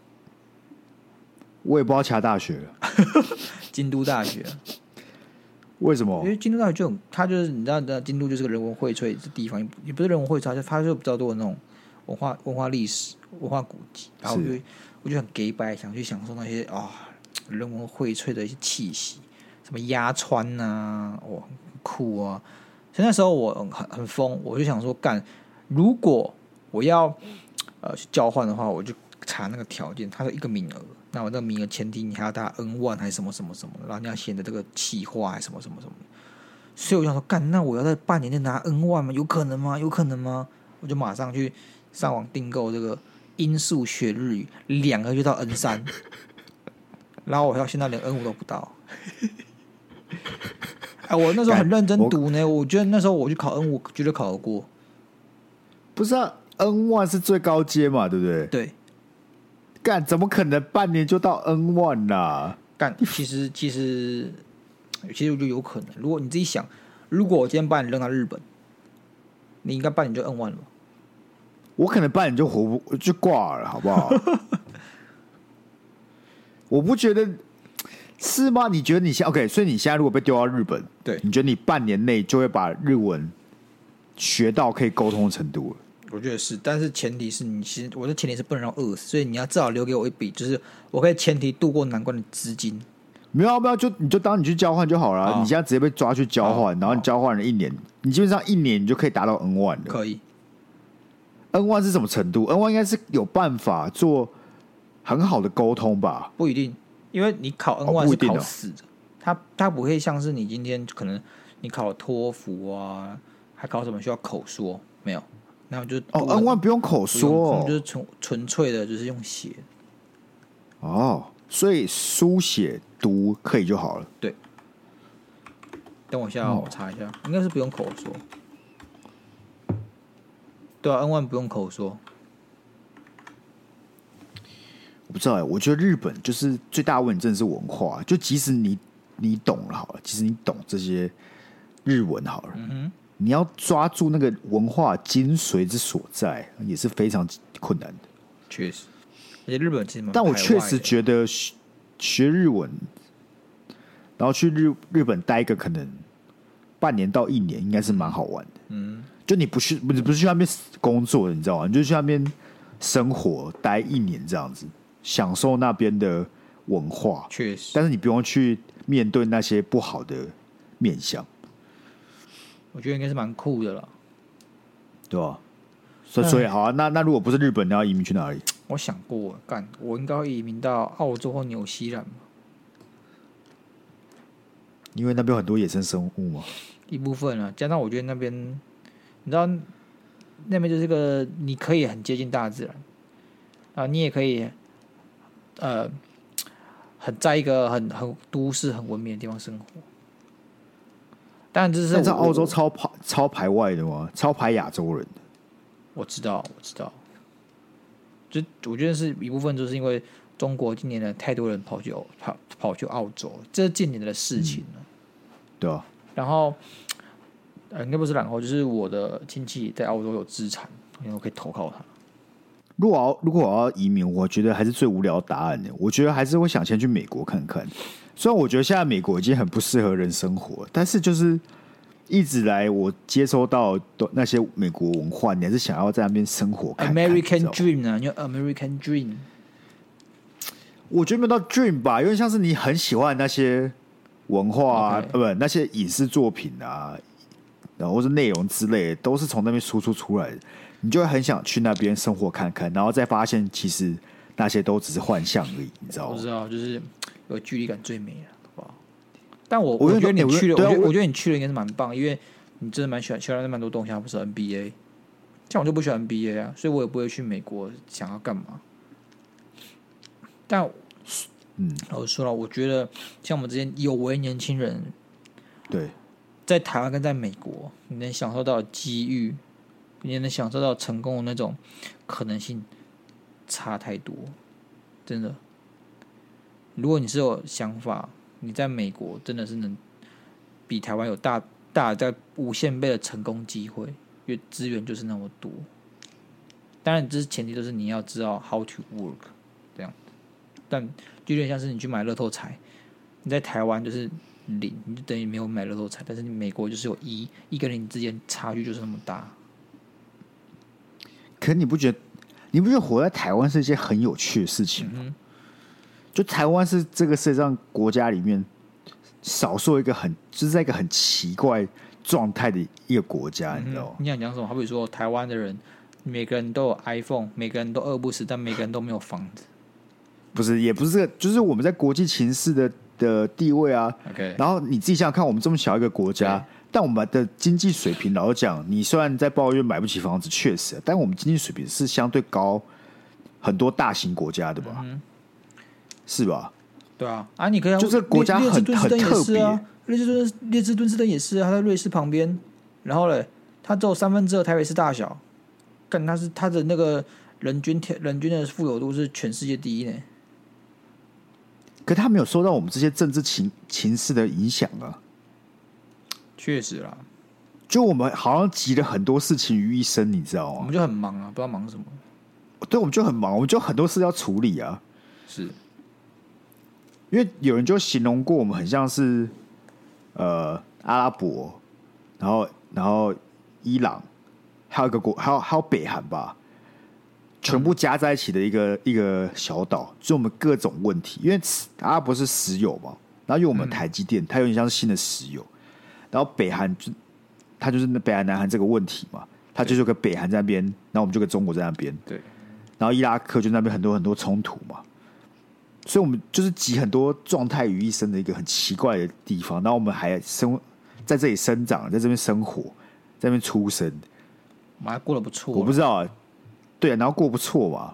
我也不知道其他大学了。 京都大学。 为什么？ 因为京都大学它就是你知道，京都就是个人文荟萃的地方，也不是人文荟萃，它就比较多的那种文化历史、文化古迹。然后我就很 gay 白，想去享受那些人文荟萃的一些气息，什么鸭川啊，哇，很酷啊！所以那时候我很疯，我就想说，如果我要去交换的话，我就查那个条件，它是1个名额。那我那个名额前提你还要打 N1 还是什么什么什么的，然后你要写的这个企划还是什么什么什么的。所以我想说，那我要在半年内拿 N1 吗？有可能吗？我就马上去上网订购这个音速学日语，2个月到 N3，然后我现在连 N5 都不到。我那时候很认真读呢，我觉得那时候我去考 N5 绝对考得过。 不是啊 ，N1 是最高阶嘛，对不对？ 对。 怎么可能半年就到 N1 啦？ 其实我觉得有可能。如果你自己想，如果我今天把你扔到日本，你应该半年就 N1 了吧？ 我可能半年就挂了，好不好？我不觉得是吗？你觉得你OK？所以你现在如果被丢到日本， 对， 你觉得你半年内就会把日文学到可以沟通的程度了？ 我觉得是，但是前提是我的前提是不能让饿死，所以你要至少留给我一笔，就是我可以前提度过难关的资金。 没有，你就当你去交换就好了。你现在直接被抓去交换，然后你交换了1年，你基本上1年你就可以达到 N1 了。 可以。 N1 是什么程度 ？N1 应该是有办法做很好的沟通吧？ 不一定，因为你考 N1 是考死的，它不会像是你今天可能你考了托福啊，还考什么需要口说没有。那我就 N1 不用口说， 就是纯粹的，就是用写。 所以书写读可以就好了。 对，等我一下，我查一下，应该是不用口说。对啊 ，N1 不用口说。 我不知道我觉得日本就是最大的问题真的是文化，就即使你懂了好了，即使你懂这些日文好了，你要抓住那个文化精髓之所在，也是非常困难的。 确实，而且日本其实但我确实觉得学日文，然后去日本待个可能半年到1年，应该是蛮好玩的。就你不是去那边工作的，你知道吗？你就去那边生活待1年这样子，享受那边的文化。 确实， 但是你不用去面对那些不好的面向。 我觉得应该是蛮酷的了， 对吧？所以好啊，那如果不是日本，你要移民去哪里？ 我想过，我应该会移民到澳洲或纽西兰吧。 因为那边有很多野生生物嘛。 一部分啊，加上我觉得那边，你知道，那边就是个你可以很接近大自然，啊，你也可以，很在一个很都市、很文明的地方生活。但这是但在澳洲超排外的嘛，超排亚洲人的。 我知道，就我觉得是一部分，就是因为中国今年的太多人跑去澳洲，这是近年的事情了。 对啊。 然后，应该不是然后，就是我的亲戚在澳洲有资产，我可以投靠他。 如果我要移民，我觉得还是最无聊的答案呢。我觉得还是会想先去美国看看。虽然我觉得现在美国已经很不适合人生活，但是就是一直来我接收到那些美国文化，你还是想要在那边生活看看。 American Dream 啊，因为 American Dream， 我觉得没有到 Dream 吧，有点像是你很喜欢那些文化啊，不，那些影视作品啊，然后或是内容之类的，都是从那边输出出来的，你就会很想去那边生活看看，然后再发现其实那些都只是幻象而已，你知道吗？ 我知道，就是有距离感最美了，好不好？但我觉得你去了，我觉得你去了应该是蛮棒，因为你真的蛮喜欢蛮多东西，它不是 NBA， 像我就不喜欢 NBA 啊，所以我也不会去美国想要干嘛。但老实说了，我觉得像我们这些有为年轻人， 对， 在台湾跟在美国，你能享受到机遇，你能享受到成功的那种可能性，差太多，真的。如果你是有想法，你在美国真的是能比台湾有大在无限倍的成功机会，因为资源就是那么多。当然，这是前提，就是你要知道 how to work 这样。但就有点像是你去买乐透彩，你在台湾就是0，你就等于没有买乐透彩，但是你美国就是有1跟0之间差距就是那么大。 可你不觉得活在台湾是一件很有趣的事情吗？就台湾是这个世界上国家里面少数一个就是在一个很奇怪状态的一个国家，你知道吗？ 你想讲什么？好比说台湾的人，每个人都有 iPhone， 每个人都饿不死，但每个人都没有房子。 不是，也不是这个，就是我们在国际情势的地位啊。 Okay. 然后你自己想想看，我们这么小一个国家，但我们的经济水平，老实讲，你虽然在抱怨买不起房子，确实，但我们经济水平是相对高很多大型国家的吧？是吧？ 对啊，你可以就这个国家很特别。 列支敦士登也是啊，他在瑞士旁边，然后嘞，他只有2/3台北市大小，但他的那个人均的富有度是全世界第1呢。 可他没有受到我们这些政治情势的影响啊。 确实啦， 就我们好像集了很多事情于一身，你知道吗？ 我们就很忙啊，不知道忙什么。 对，我们就很忙，我们就很多事要处理啊。 是， 因为有人就形容过我们很像是阿拉伯，然后伊朗，还有一个还有北韩吧。全部加在一起的一个小岛，就我们各种问题，因为阿拉伯是石油嘛，然后有我们台积电，它有点像是新的石油，然后北韩它就是北韩南韩这个问题嘛，它就是有个北韩在那边，然后我们就跟中国在那边， 对， 然后伊拉克就那边很多很多冲突嘛，所以我们就是集很多状态于一身的一个很奇怪的地方，然后我们还在这里生长，在这边生活，在这边出生， 我们还过得不错， 我不知道啊。对，然后过不错嘛。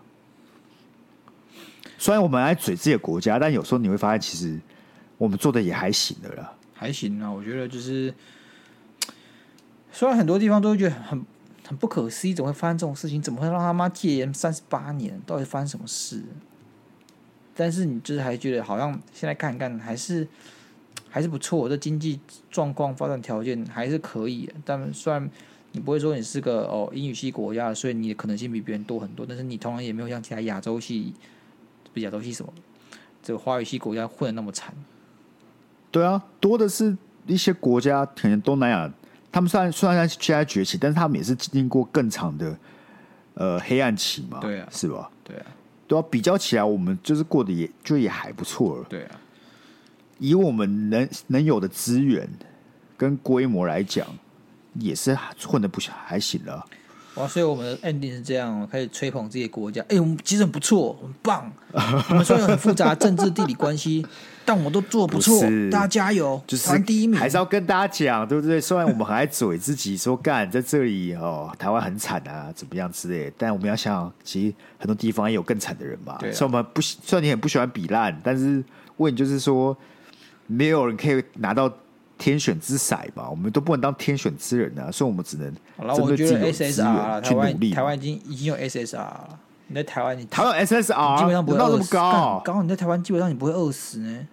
虽然我们爱嘴自己的国家，但有时候你会发现，其实我们做的也还行的啦。 还行啊，我觉得就是，虽然很多地方都会觉得很不可思议，怎么会发生这种事情？怎么会让他妈戒严38年？到底发生什么事？但是你就是还觉得，好像现在看一看，还是不错，这经济状况、发展条件还是可以。但虽然你不会说你是个英语系国家，所以你的可能性比别人多很多，但是你同样也没有像其他亚洲系什么这个华语系国家混得那么惨。 对啊，多的是一些国家，可能东南亚，他们虽然现在崛起，但是他们也是经过更长的黑暗期嘛， 对啊， 是吧？ 对啊， 对啊，比较起来，我们就是过得也还不错了。 对啊， 以我们能有的资源跟规模来讲，也是混得还行了。 哇，所以我们的 ending 是这样，开始吹捧自己的国家。我们其实很不错，很棒。我们虽然有很复杂的政治地理关系，但我们都做得不错。大家加油， 就是台湾第一名。 还是要跟大家讲，对不对？虽然我们很爱嘴自己说干在这里台湾很惨啊，怎么样之类的，但我们要想想，其实很多地方也有更惨的人嘛。虽然你很不喜欢比烂，但是问题就是说，没有人可以拿到天选之骰嘛，我们都不能当天选之人啊，所以我们只能针对自己的资源去努力。 台湾已经有 SSR 了，你在台湾台湾 SSR 基本上不会到这么高， 刚好你在台湾基本上你不会饿死呢。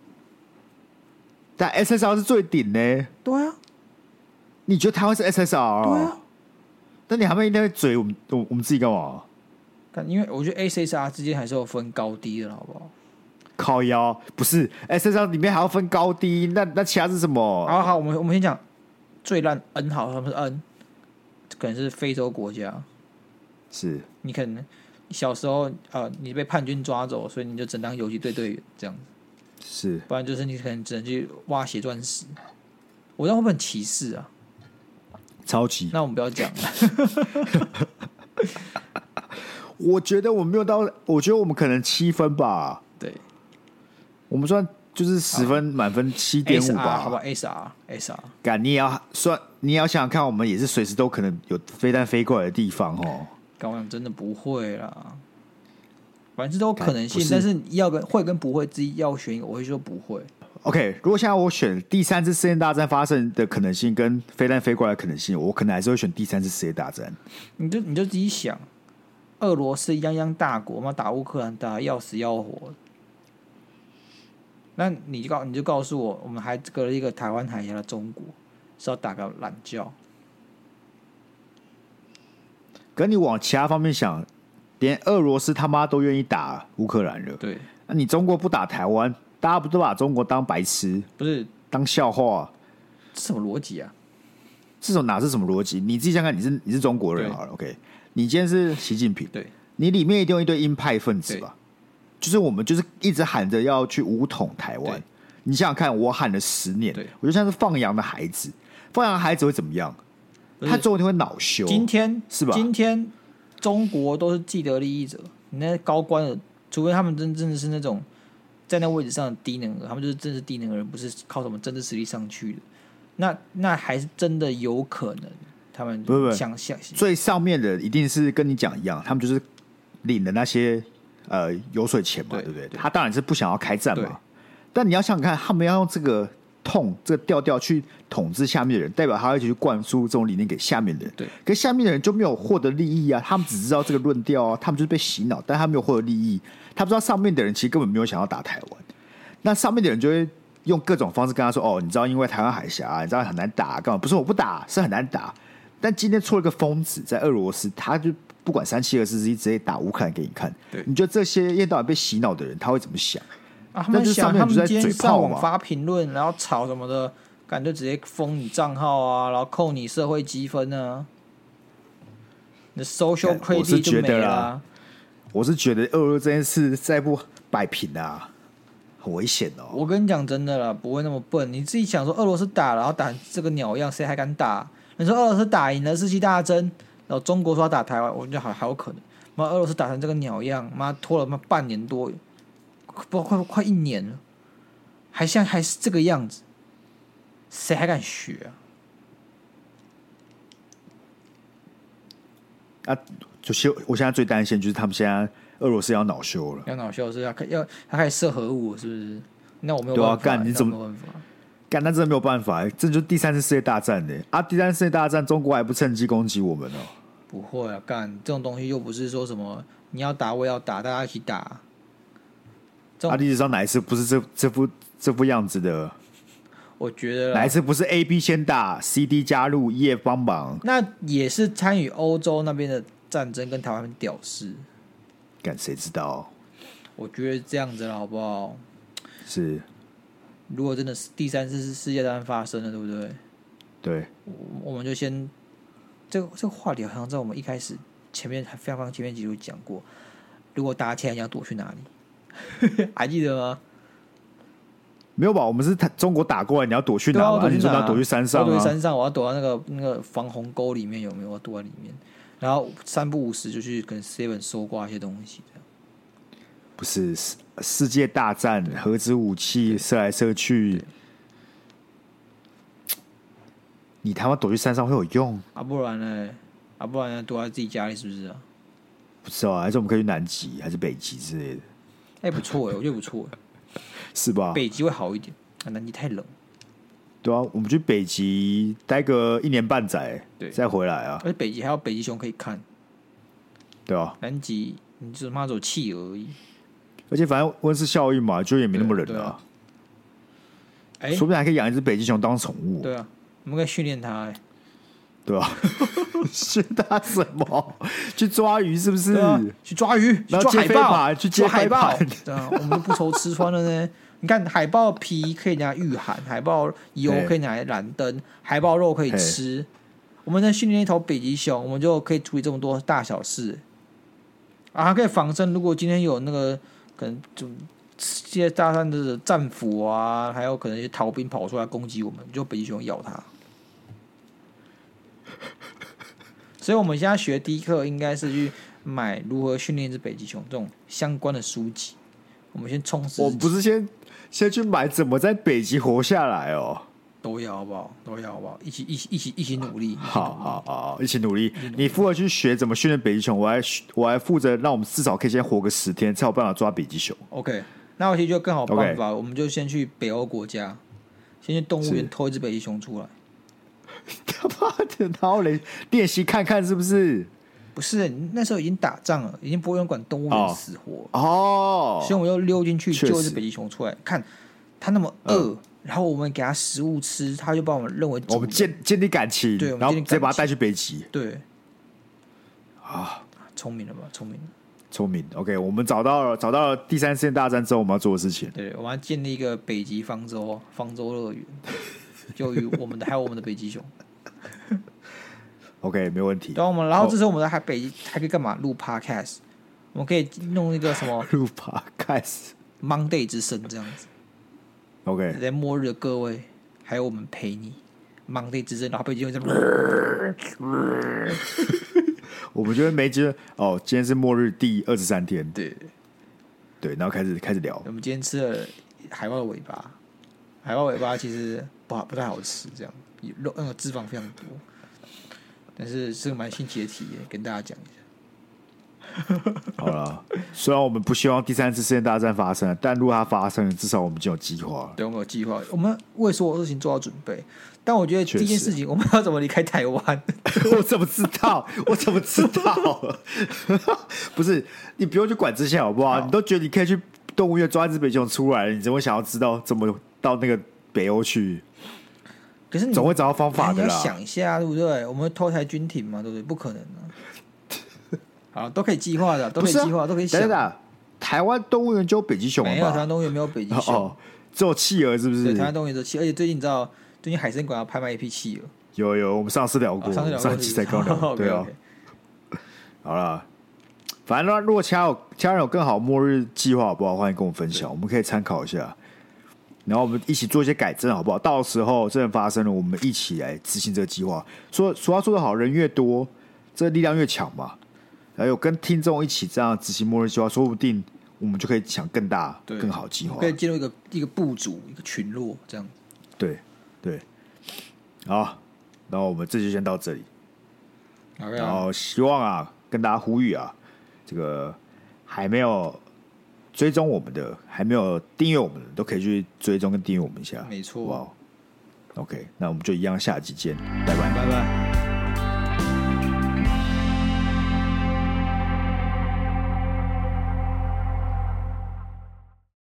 但 SSR 是最顶呢。 对啊， 你觉得台湾是 SSR？ 对啊， 那你还没一定会嘴我们自己干嘛？ 因为我觉得 SSR 之间还是有分高低的，好不好？ 靠腰不是 SSR 里面还要分高低，那其他是什么？ 好，我们先讲最烂 N 好，他们是 N， 可能是非洲国家， 是你可能小时候你被叛军抓走，所以你就只能当游击队队员这样子， 是， 不然就是你可能只能去挖血钻石。我这样会不会很歧视啊？ 超级。 那我们不要讲了。 我觉得我们没有到，我觉得我们可能7分吧。 对。我们算就是10分满分7.5吧， 好吧 ？SR， 干你也要算，你也要想想看，我们也是随时都可能有飞弹飞过来的地方哦。 干我讲真的不会啦，反正都有可能性，但是要会跟不会自己要选一个，我会说不会。 OK， 如果现在我选第3次世界大战发生的可能性跟飞弹飞过来的可能性，我可能还是会选第3次世界大战。 你就自己想，俄罗斯泱泱大国嘛，打乌克兰打要死要活。那你就告诉我，我们还隔了一个台湾海峡的中国，是要打个懒觉？ 跟你往其他方面想，连俄罗斯他妈都愿意打乌克兰了， 对， 那你中国不打台湾，大家不都把中国当白痴， 不是当笑话？ 这什么逻辑啊？ 这种哪是什么逻辑？你自己想想看，你是中国人好了 ，OK？ 你今天是习近平， 对， 你里面一定有一堆鹰派分子吧？就是我们就是一直喊着要去武统台湾，你想想看，我喊了10年，我就像是放羊的孩子，放羊的孩子会怎么样？他总有一天会恼羞。 今天是吧？ 今天中国都是既得利益者，你那高官的，除非他们真的是那种在那位置上的低能儿，他们就是真是低能儿，不是靠什么政治实力上去的。那还是真的有可能，他们想最上面的一定是跟你讲一样，他们就是领的那些油水钱嘛，对不对？他当然是不想要开战嘛。但你要想想看，他们要用这个调调去统治下面的人，代表他会去灌输这种理念给下面的人。 对， 可是下面的人就没有获得利益啊，他们只知道这个论调啊，他们就是被洗脑，但他没有获得利益。他不知道上面的人其实根本没有想要打台湾，那上面的人就会用各种方式跟他说：“哦，你知道因为台湾海峡，你知道很难打，干嘛？不是我不打，是很难打。但今天出了个疯子在俄罗斯，他就不管372四直接打乌克兰给你看。你觉得这些一天到晚被洗脑的人他会怎么想？ 啊，他们想，他们今天上网发评论，然后吵什么的，感觉直接封你账号啊，然后扣你社会积分啊，你的 social credit 就没了。 我是觉得俄罗斯这件事再不摆平啊，很危险哦。 我跟你讲真的啦，不会那么笨。你自己想说，俄罗斯打了，然后打这个鸟样，谁还敢打？你说俄罗斯打赢了世纪大争，然后中国说要打台湾，我觉得还有可能。妈，俄罗斯打成这个鸟样，妈拖了半年多。不快1年了，还是这个样子，谁还敢学啊？就是我现在最担心就是他们现在俄罗斯要恼羞了， 要恼羞是他开始射核武，是不是？那我没有办法， 干你怎么办法？干那真的没有办法，这就是第3次世界大战呢！啊，第3次世界大战中国还不趁机攻击我们哦？ 不会啊，干这种东西又不是说什么你要打我也要打，大家一起打。 历史上哪一次不是这副样子的？ 我觉得哪一次不是 A、B 先打 ，C、D 加入，E 帮忙？ 那也是参与欧洲那边的战争跟台湾屌事。 干谁知道？ 我觉得这样子了，好不好？ 是， 如果真的是第3次世界大战发生了，对不对？ 对， 我们就先这个话题好像在我们一开始前面非常前面几集讲过。如果打起来，你要躲去哪里？还记得吗？没有吧？我们是中国打过来，你要躲去哪吗？你说你要躲去山上、啊？ 我要躲去山上，我要躲到那个防洪沟里面，有没有？我要躲在里面，然后3不5时就去跟 Seven 收刮一些东西，这样。 不是世界大战，核子武器射来射去，你他妈躲去山上会有用啊？不然呢？不然呢？躲在自己家里是不是啊？ 不知道啊，还是我们可以去南极还是北极之类的？ 不错我觉得不错是吧？ 北极会好一点，南极太冷。 对啊，我们去北极待个1年半载，再回来啊。 而且北极还有北极熊可以看， 对啊。 南极你就他妈走企鹅而已。 而且反正温室效应嘛，就也没那么冷了、啊。说不定还可以养一只北极熊当宠物。 对啊，我们可以训练它。 对啊，训它什么？去抓鱼是不是？ 去抓鱼，去抓海豹， 去接海豹。 对啊，我们不愁吃穿了呢。你看海豹皮可以拿来御寒，海豹油可以拿来燃灯，海豹肉可以吃。我们在训练一头北极熊，我们就可以处理这么多大小事。还可以防身。如果今天有那个可能就世界大战的战俘啊，还有可能一些逃兵跑出来攻击我们，就北极熊咬它。所以我们现在学第一课应该是去买如何训练一只北极熊这种相关的书籍。我们先充实。 我不是先去买怎么在北极活下来哦。 都要好不好？一起努力。 好，一起努力。你负责去学怎么训练北极熊，我还负责让我们至少可以先活个10天，才有办法抓北极熊。 OK， 那我其实就更好办法，我们就先去北欧国家，先去动物园偷一只北极熊出来。 他妈的，然后练习看看是不是？ 不是，那时候已经打仗了，已经不用管动物园死活哦。 所以我们又溜进去救一只北极熊出来，看它那么饿。然后我们给他食物吃，他就把我们认为我们建立感情， 对， 然后直接把他带去北极。 对，聪明了吧？聪明。 OK， 我们找到了第3次世界大战之后我们要做的事情。 对，我们要建立一个北极方舟乐园，就与我们的还有我们的北极熊。 OK， 没问题。 然后这时候我们还可以干嘛？录 Podcast， 我们可以弄一个什么？ 录 Podcast Monday 之声这样子。 OK， 在末日的各位，还有我们陪你 Monday 之声，然后北极熊在。 我们就会没觉得今天是末日第23天， 对， 然后开始聊。 我们今天吃了海豹的尾巴，海豹尾巴其实不太好吃，这样肉脂肪非常多，但是是个蛮新奇的体验，跟大家讲一下。 好了，虽然我们不希望第3次世界大战发生，但如果它发生了，至少我们就有计划了。 对，我们有计划，我们为所有事情做好准备。但我觉得第一件事情，我们要怎么离开台湾？ 我怎么知道？不是，你不用去管这些好不好？你都觉得你可以去动物园抓一只北极熊出来，你怎么会想要知道怎么到那个北欧去？ 可是你总会找到方法的啦。 你要想一下，对不对？我们偷台军艇嘛，对不对？不可能啊！好，都可以计划的，都可以计划，都可以想。 等等，台湾动物园就有北极熊吗？ 没有，台湾动物园没有北极熊， 只有企鹅，是不是？ 对，台湾动物园只有企鹅，而且最近你知道，最近海参馆要拍卖一批企鹅。 有，我们上次聊过，上期才刚聊，对啊。好了，反正如果其他人有更好末日计划，好不好？欢迎跟我们分享，我们可以参考一下。然后我们一起做一些改正，好不好？到时候真的发生了，我们一起来执行这个计划。说话说得好，人越多，这力量越强嘛。还有跟听众一起这样执行末日计划，说不定我们就可以想更大、更好的计划， 可以进入一个部族、一个群落这样。 对，好，然后我们这就先到这里。然后希望跟大家呼吁这个还没有追踪我们的、还没有订阅我们的，都可以去追踪跟订阅我们一下。 没错。 哇 ，OK， 那我们就一样，下集见，拜拜， 拜拜。